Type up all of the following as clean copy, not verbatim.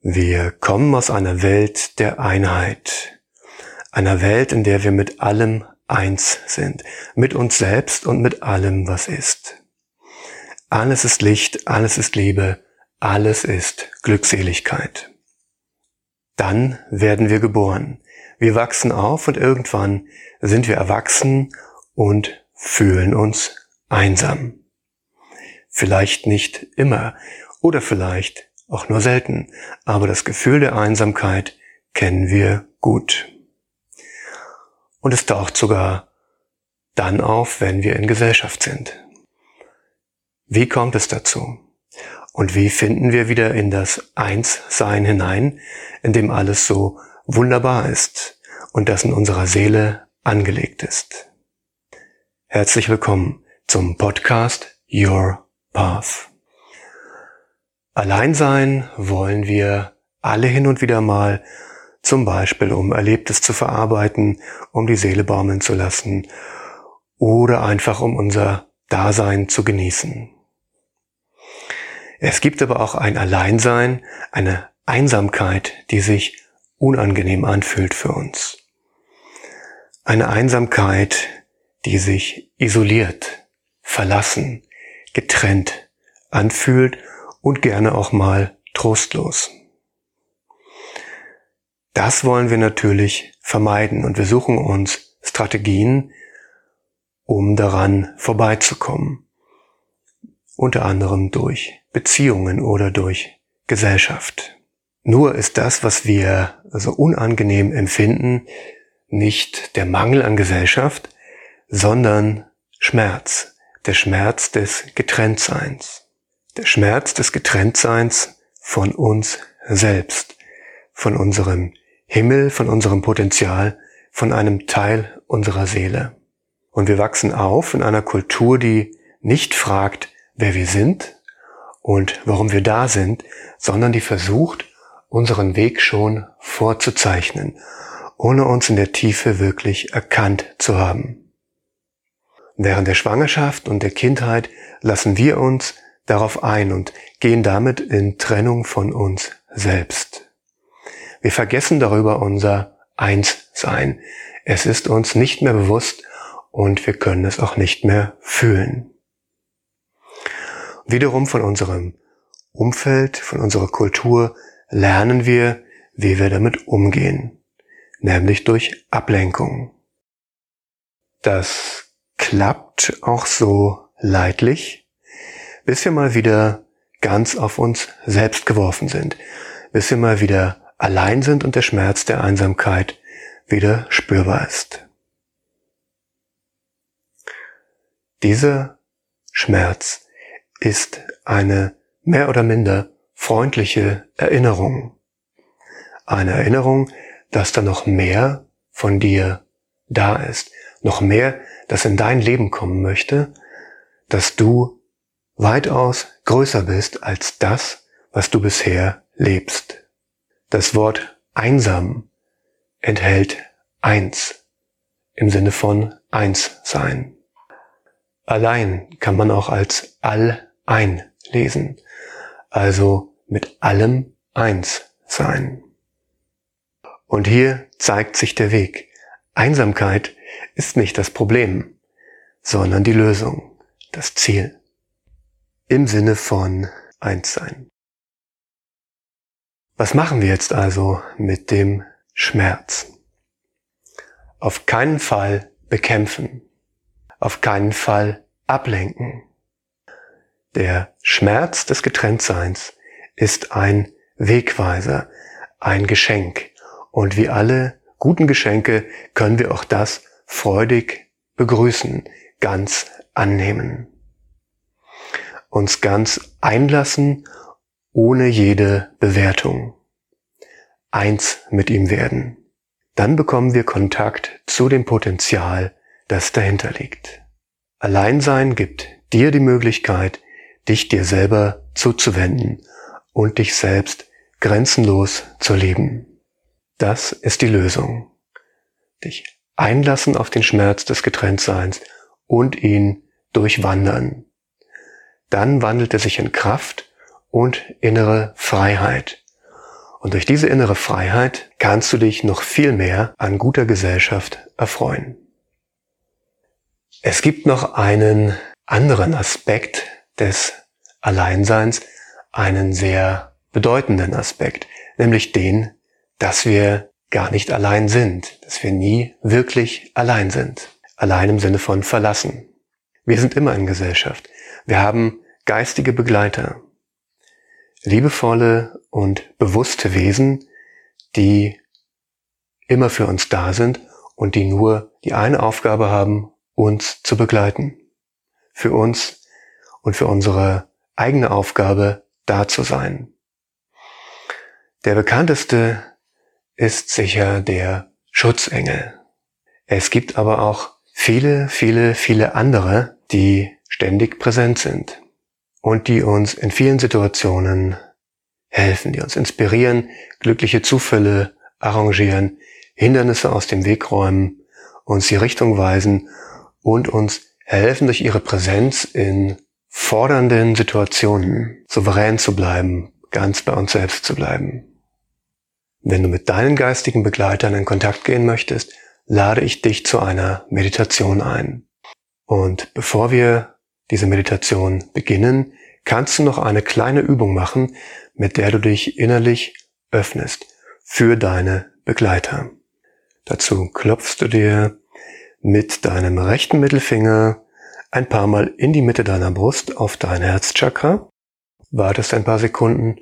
Wir kommen aus einer Welt der Einheit, einer Welt, in der wir mit allem eins sind, mit uns selbst und mit allem, was ist. Alles ist Licht, alles ist Liebe, alles ist Glückseligkeit. Dann werden wir geboren. Wir wachsen auf und irgendwann sind wir erwachsen und fühlen uns einsam. Vielleicht nicht immer oder vielleicht auch nur selten, aber das Gefühl der Einsamkeit kennen wir gut. Und es taucht sogar dann auf, wenn wir in Gesellschaft sind. Wie kommt es dazu? Und wie finden wir wieder in das Einssein hinein, in dem alles so wunderbar ist und das in unserer Seele angelegt ist? Herzlich willkommen zum Podcast Your Path. Allein sein wollen wir alle hin und wieder mal, zum Beispiel um Erlebtes zu verarbeiten, um die Seele baumeln zu lassen oder einfach um unser Dasein zu genießen. Es gibt aber auch ein Alleinsein, eine Einsamkeit, die sich unangenehm anfühlt für uns. Eine Einsamkeit, die sich isoliert, verlassen, getrennt anfühlt und gerne auch mal trostlos. Das wollen wir natürlich vermeiden und wir suchen uns Strategien, um daran vorbeizukommen. Unter anderem durch Beziehungen oder durch Gesellschaft. Nur ist das, was wir so unangenehm empfinden, nicht der Mangel an Gesellschaft, sondern Schmerz. Der Schmerz des Getrenntseins. Der Schmerz des Getrenntseins von uns selbst, von unserem Himmel, von unserem Potenzial, von einem Teil unserer Seele. Und wir wachsen auf in einer Kultur, die nicht fragt, wer wir sind und warum wir da sind, sondern die versucht, unseren Weg schon vorzuzeichnen, ohne uns in der Tiefe wirklich erkannt zu haben. Während der Schwangerschaft und der Kindheit lassen wir uns darauf ein und gehen damit in Trennung von uns selbst. Wir vergessen darüber unser Einssein. Es ist uns nicht mehr bewusst und wir können es auch nicht mehr fühlen. Wiederum von unserem Umfeld, von unserer Kultur lernen wir, wie wir damit umgehen, nämlich durch Ablenkung. Das klappt auch so leidlich, bis wir mal wieder ganz auf uns selbst geworfen sind, bis wir mal wieder allein sind und der Schmerz der Einsamkeit wieder spürbar ist. Dieser Schmerz ist eine mehr oder minder freundliche Erinnerung. Eine Erinnerung, dass da noch mehr von dir da ist, noch mehr, das in dein Leben kommen möchte, dass du weitaus größer bist als das, was du bisher lebst. Das Wort einsam enthält eins im Sinne von eins sein. Allein kann man auch als all-ein lesen, also mit allem eins sein. Und hier zeigt sich der Weg. Einsamkeit ist nicht das Problem, sondern die Lösung, das Ziel. Im Sinne von Einssein. Was machen wir jetzt also mit dem Schmerz? Auf keinen Fall bekämpfen. Auf keinen Fall ablenken. Der Schmerz des Getrenntseins ist ein Wegweiser, ein Geschenk. Und wie alle guten Geschenke können wir auch das freudig begrüßen, ganz annehmen. Uns ganz einlassen, ohne jede Bewertung. Eins mit ihm werden. Dann bekommen wir Kontakt zu dem Potenzial, das dahinter liegt. Alleinsein gibt dir die Möglichkeit, dich dir selber zuzuwenden und dich selbst grenzenlos zu lieben. Das ist die Lösung. Dich einlassen auf den Schmerz des Getrenntseins und ihn durchwandern. Dann wandelt er sich in Kraft und innere Freiheit. Und durch diese innere Freiheit kannst du dich noch viel mehr an guter Gesellschaft erfreuen. Es gibt noch einen anderen Aspekt des Alleinseins, einen sehr bedeutenden Aspekt, nämlich den, dass wir gar nicht allein sind, dass wir nie wirklich allein sind. Allein im Sinne von verlassen. Wir sind immer in Gesellschaft. Wir haben geistige Begleiter, liebevolle und bewusste Wesen, die immer für uns da sind und die nur die eine Aufgabe haben, uns zu begleiten. Für uns und für unsere eigene Aufgabe da zu sein. Der bekannteste ist sicher der Schutzengel. Es gibt aber auch viele, viele, viele andere, die ständig präsent sind und die uns in vielen Situationen helfen, die uns inspirieren, glückliche Zufälle arrangieren, Hindernisse aus dem Weg räumen, uns die Richtung weisen und uns helfen, durch ihre Präsenz in fordernden Situationen souverän zu bleiben, ganz bei uns selbst zu bleiben. Wenn du mit deinen geistigen Begleitern in Kontakt gehen möchtest, lade ich dich zu einer Meditation ein. Und bevor wir diese Meditation beginnen, kannst du noch eine kleine Übung machen, mit der du dich innerlich öffnest für deine Begleiter. Dazu klopfst du dir mit deinem rechten Mittelfinger ein paar Mal in die Mitte deiner Brust auf dein Herzchakra, wartest ein paar Sekunden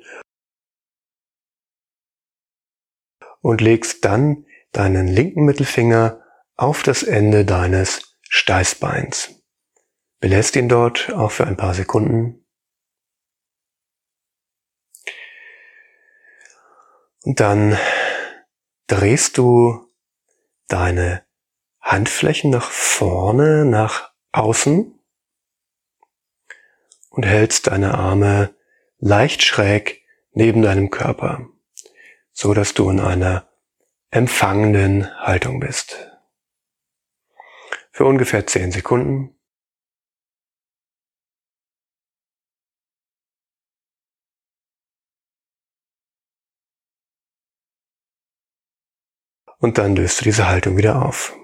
und legst dann deinen linken Mittelfinger auf das Ende deines Steißbeins. Belässt ihn dort auch für ein paar Sekunden. Und dann drehst du deine Handflächen nach vorne, nach außen und hältst deine Arme leicht schräg neben deinem Körper, so dass du in einer empfangenden Haltung bist. Für ungefähr 10 Sekunden. Und dann löst du diese Haltung wieder auf.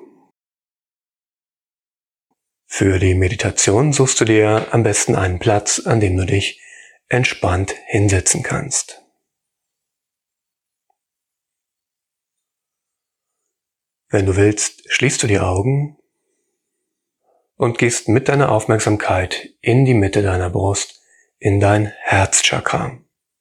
Für die Meditation suchst du dir am besten einen Platz, an dem du dich entspannt hinsetzen kannst. Wenn du willst, schließt du die Augen und gehst mit deiner Aufmerksamkeit in die Mitte deiner Brust, in dein Herzchakra.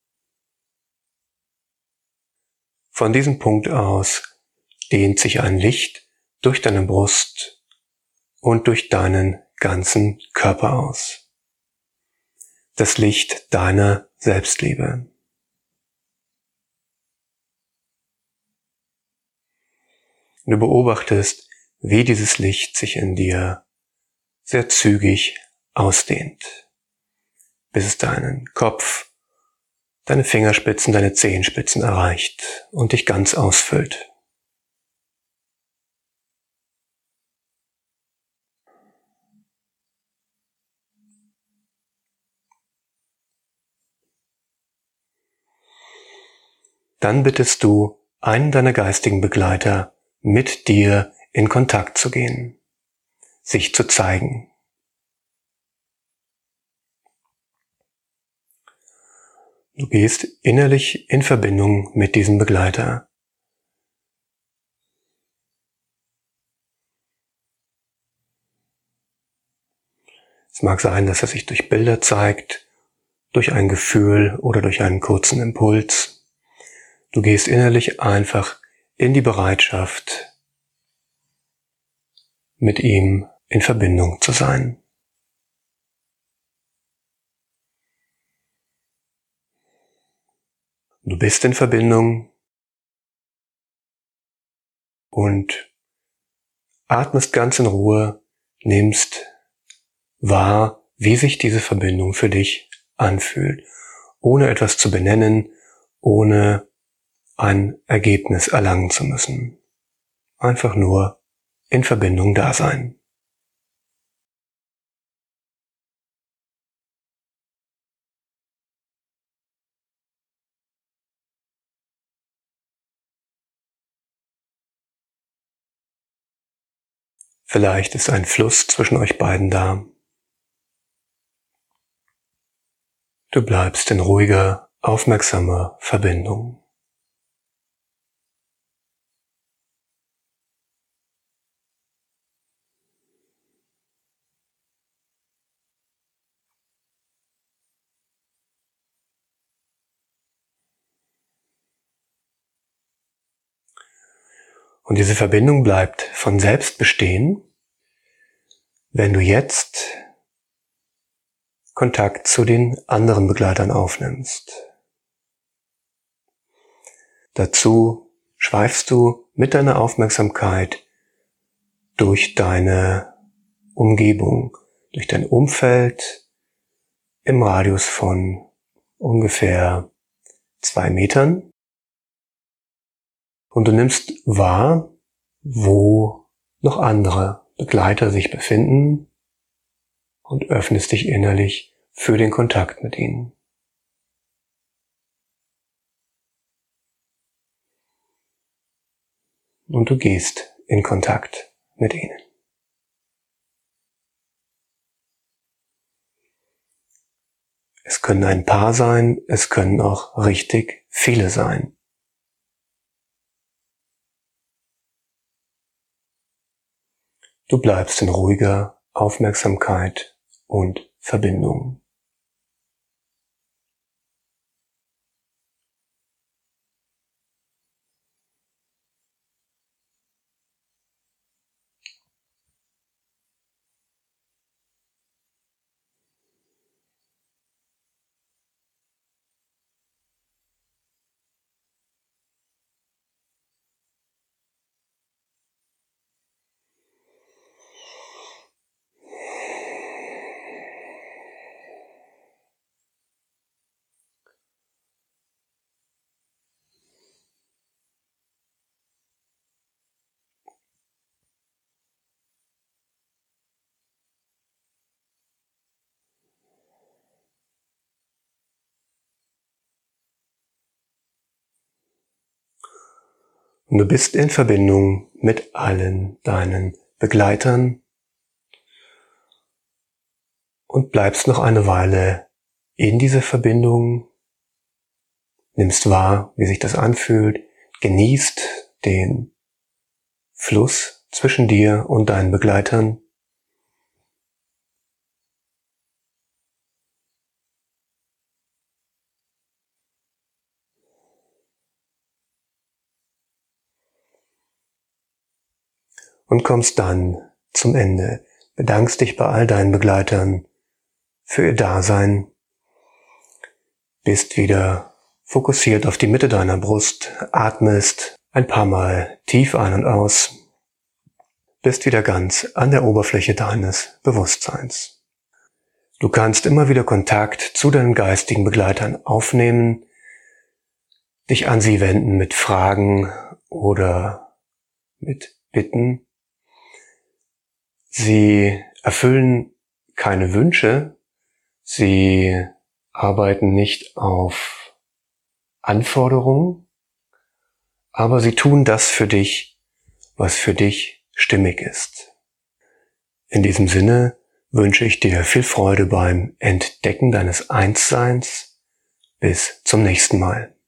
Von diesem Punkt aus dehnt sich ein Licht durch deine Brust und durch deinen ganzen Körper aus. Das Licht deiner Selbstliebe. Du beobachtest, wie dieses Licht sich in dir sehr zügig ausdehnt, bis es deinen Kopf, deine Fingerspitzen, deine Zehenspitzen erreicht und dich ganz ausfüllt. Dann bittest du einen deiner geistigen Begleiter, mit dir in Kontakt zu gehen, sich zu zeigen. Du gehst innerlich in Verbindung mit diesem Begleiter. Es mag sein, dass er sich durch Bilder zeigt, durch ein Gefühl oder durch einen kurzen Impuls. Du gehst innerlich einfach in die Bereitschaft, mit ihm in Verbindung zu sein. Du bist in Verbindung und atmest ganz in Ruhe, nimmst wahr, wie sich diese Verbindung für dich anfühlt, ohne etwas zu benennen, ohne ein Ergebnis erlangen zu müssen. Einfach nur in Verbindung da sein. Vielleicht ist ein Fluss zwischen euch beiden da. Du bleibst in ruhiger, aufmerksamer Verbindung. Und diese Verbindung bleibt von selbst bestehen, wenn du jetzt Kontakt zu den anderen Begleitern aufnimmst. Dazu schweifst du mit deiner Aufmerksamkeit durch deine Umgebung, durch dein Umfeld im Radius von ungefähr 2 Metern. Und du nimmst wahr, wo noch andere Begleiter sich befinden und öffnest dich innerlich für den Kontakt mit ihnen. Und du gehst in Kontakt mit ihnen. Es können ein paar sein, es können auch richtig viele sein. Du bleibst in ruhiger Aufmerksamkeit und Verbindung. Und du bist in Verbindung mit allen deinen Begleitern und bleibst noch eine Weile in dieser Verbindung, nimmst wahr, wie sich das anfühlt, genießt den Fluss zwischen dir und deinen Begleitern. Und kommst dann zum Ende, bedankst dich bei all deinen Begleitern für ihr Dasein, bist wieder fokussiert auf die Mitte deiner Brust, atmest ein paar Mal tief ein und aus, bist wieder ganz an der Oberfläche deines Bewusstseins. Du kannst immer wieder Kontakt zu deinen geistigen Begleitern aufnehmen, dich an sie wenden mit Fragen oder mit Bitten. Sie erfüllen keine Wünsche, sie arbeiten nicht auf Anforderungen, aber sie tun das für dich, was für dich stimmig ist. In diesem Sinne wünsche ich dir viel Freude beim Entdecken deines Einsseins. Bis zum nächsten Mal.